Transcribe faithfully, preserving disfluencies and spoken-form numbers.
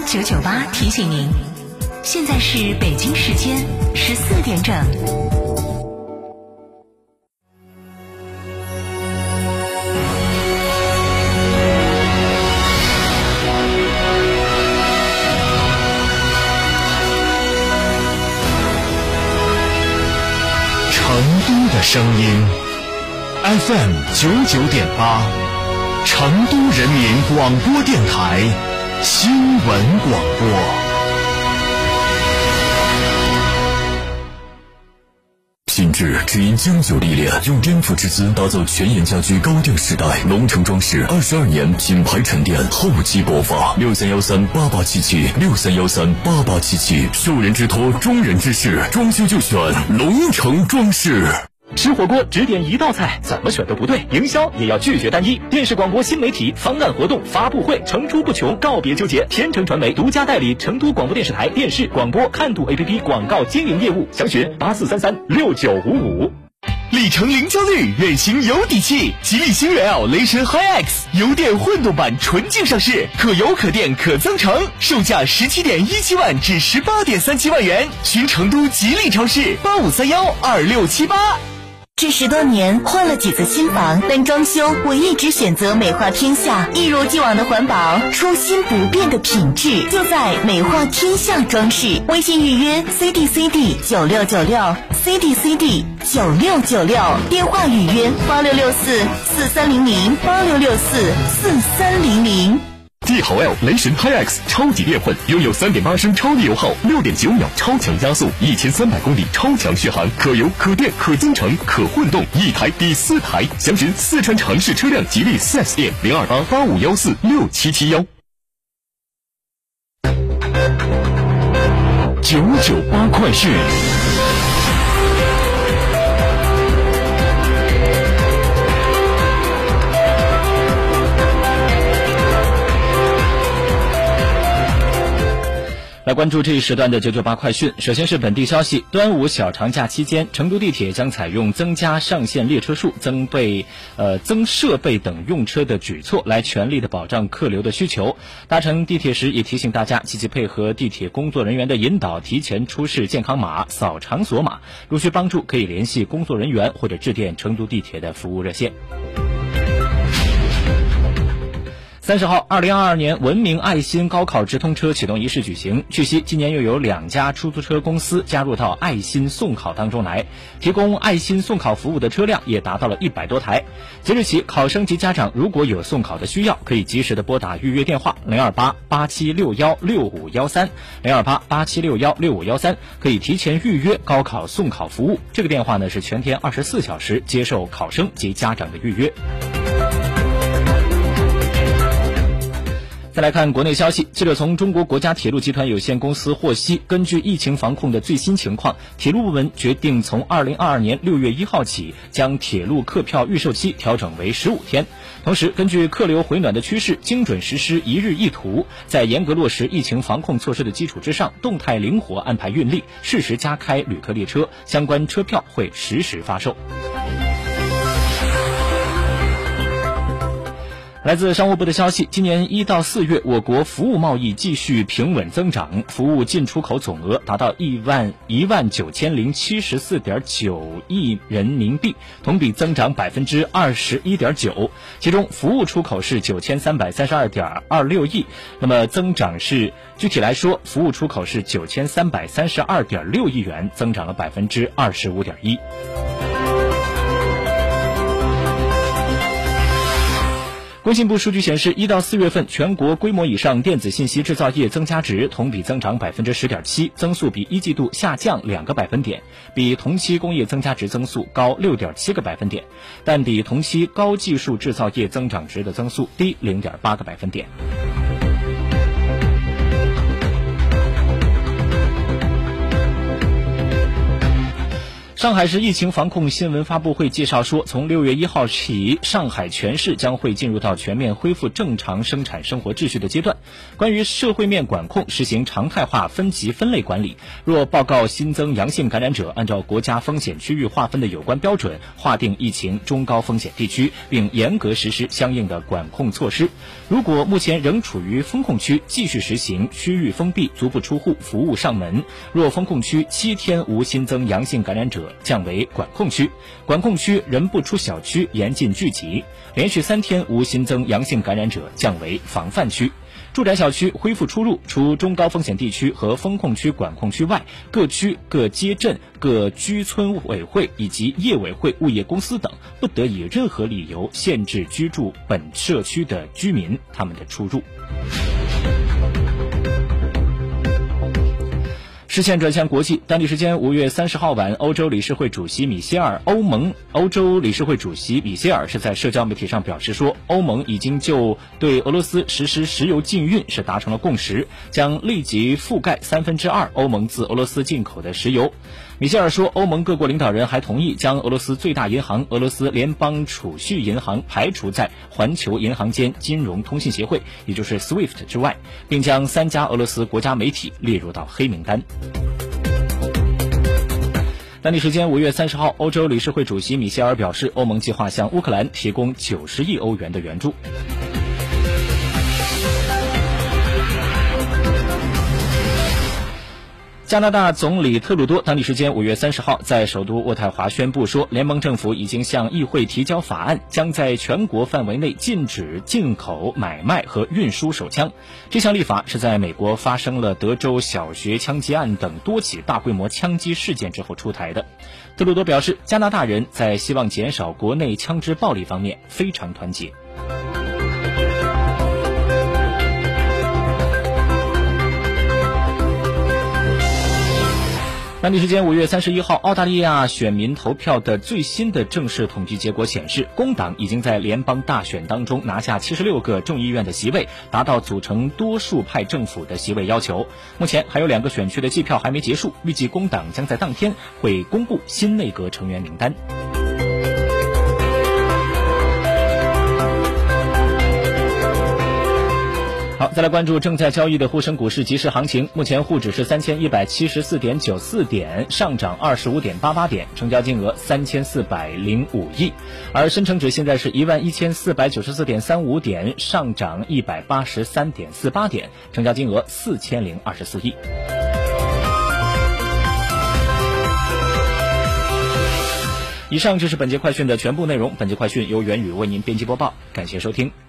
九九八提醒您，现在是北京时间十四点整。 成都的声音 F M 九九点八，成都人民广播电台新闻广播。品质只因经久历练，用颠覆之姿打造全岩家居高定时代。龙城装饰二十二年品牌沉淀，厚积薄发。六三幺三八八七七，六三幺三八八七七，受人之托，忠人之事，装修就选龙城装饰。 吃火锅只点一道菜，怎么选都不对。营销也要拒绝单一。电视广播新媒体方案活动发布会层出不穷，告别纠结。天成传媒独家代理成都广播电视台电视广播看度 A P P 广告经营业务，详询八四三三六九五五。 里程零焦虑，远行有底气。吉利星越 L 雷神 Hi-X 油电混动版纯净上市，可油可电可增程，售价十七点一七万至十八点三七万元。寻成都吉利超市八五三幺二六七八。 这十多年换了几次新房，但装修我一直选择美化天下，一如既往的环保，初心不变的品质，就在美化天下装饰。微信预约 C D C D 九六九六 C D C D 九六九六，电话预约八六六四四三零零八六六四四三零零。 帝豪 L 雷神 Hi-X 超级电混，拥有 三点八 升超低油耗， 六点九秒超强加速，一千三百公里超强续航，可油可电可增程可混动，一台抵四台。详询四川城市车辆吉利 四 S 店零二八八五幺四六七七幺。九九八快讯。 来关注这一时段的九九八快讯。首先是本地消息，端午小长假期间，成都地铁将采用增加上线列车数、增备呃增设备等用车的举措，来全力的保障客流的需求。搭乘地铁时也提醒大家积极配合地铁工作人员的引导，提前出示健康码、扫场所码。如需帮助，可以联系工作人员或者致电成都地铁的服务热线。三十号，二零二二年文明爱心高考直通车启动仪式举行。据悉，今年又有两家出租车公司加入到爱心送考当中来，提供爱心送考服务的车辆也达到了一百多台。即日起，考生及家长如果有送考的需要，可以及时的拨打预约电话零二八八七六幺六五幺三零二八八七六幺六五幺三，可以提前预约高考送考服务。这个电话呢是全天二十四小时接受考生及家长的预约。再来看国内消息，记者从中国国家铁路集团有限公司获悉，根据疫情防控的最新情况，铁路部门决定从二零二二年六月一号起，将铁路客票预售期调整为十五天。同时，根据客流回暖的趋势，精准实施一日一图，在严格落实疫情防控措施的基础之上，动态灵活安排运力，适时加开旅客列车，相关车票会实时发售。来自商务部的消息，今年一到四月，我国服务贸易继续平稳增长，服务进出口总额达到一万一万九千零七十四点九亿人民币，同比增长百分之二十一点九。其中，服务出口是九千三百三十二点二六亿，那么增长是具体来说，服务出口是九千三百三十二点六亿元，增长了百分之二十五点一。工信部数据显示，一到四月份全国规模以上电子信息制造业增加值同比增长百分之十点七，增速比一季度下降两个百分点，比同期工业增加值增速高六点七个百分点，但比同期高技术制造业增长值的增速低零点八个百分点。 上海市疫情防控新闻发布会介绍说，从六月一号起，上海全市将会进入到全面恢复正常生产生活秩序的阶段。关于社会面管控，实行常态化分级分类管理，若报告新增阳性感染者，按照国家风险区域划分的有关标准，划定疫情中高风险地区，并严格实施相应的管控措施。如果目前仍处于风控区，继续实行区域封闭、足不出户、服务上门。若风控区七天无新增阳性感染者，降为管控区，管控区人不出小区，严禁聚集；连续三天无新增阳性感染者，降为防范区。住宅小区恢复出入，除中高风险地区和风控区管控区外，各区、各街镇、各居村委会以及业委会、物业公司等，不得以任何理由限制居住本社区的居民他们的出入。视线转向国际，当地时间五月三十号晚，欧洲理事会主席米歇尔，欧盟欧洲理事会主席米歇尔是在社交媒体上表示说，欧盟已经就对俄罗斯实施石油禁运是达成了共识，将立即覆盖三分之二欧盟自俄罗斯进口的石油。米歇尔说，欧盟各国领导人还同意将俄罗斯最大银行俄罗斯联邦储蓄银行排除在环球银行间金融通信协会，也就是 S W I F T 之外，并将三家俄罗斯国家媒体列入到黑名单。当地时间五月三十号，欧洲理事会主席米歇尔表示，欧盟计划向乌克兰提供九十亿欧元的援助。加拿大总理特鲁多当地时间五月三十号在首都渥太华宣布说，联盟政府已经向议会提交法案，将在全国范围内禁止进口、买卖和运输手枪。这项立法是在美国发生了德州小学枪击案等多起大规模枪击事件之后出台的。特鲁多表示，加拿大人在希望减少国内枪支暴力方面非常团结。当地时间五月三十一号，澳大利亚选民投票的最新的正式统计结果显示，工党已经在联邦大选当中拿下七十六个众议院的席位，达到组成多数派政府的席位要求。目前还有两个选区的计票还没结束，预计工党将在当天会公布新内阁成员名单。好，再来关注正在交易的沪深股市即时行情。目前沪指是三千一百七十四点九四点，上涨二十五点八八点，成交金额三千四百零五亿。而深成指现在是一万一千四百九十四点三五点，上涨一百八十三点四八点，成交金额四千零二十四亿。以上就是本节快讯的全部内容。本节快讯由元宇为您编辑播报，感谢收听。